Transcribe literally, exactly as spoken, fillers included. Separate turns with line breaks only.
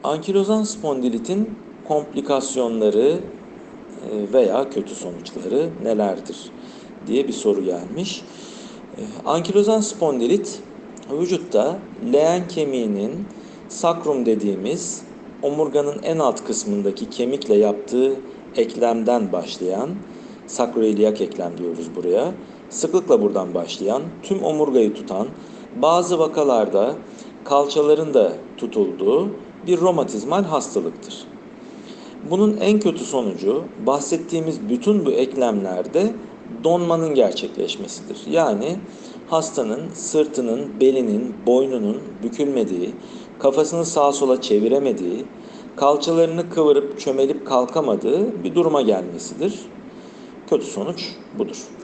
Ankilozan spondilitin komplikasyonları e, veya kötü sonuçları nelerdir diye bir soru gelmiş. E, Ankilozan spondilit vücutta leğen kemiğinin sakrum dediğimiz omurganın en alt kısmındaki kemikle yaptığı eklemden başlayan, sakroiliyak eklem diyoruz buraya, sıklıkla buradan başlayan, tüm omurgayı tutan, bazı vakalarda kalçaların da tutulduğu bir romatizmal hastalıktır. Bunun en kötü sonucu bahsettiğimiz bütün bu eklemlerde donmanın gerçekleşmesidir. Yani hastanın sırtının, belinin, boynunun bükülmediği, kafasını sağa sola çeviremediği, kalçalarını kıvırıp çömelip kalkamadığı bir duruma gelmesidir. Kötü sonuç budur.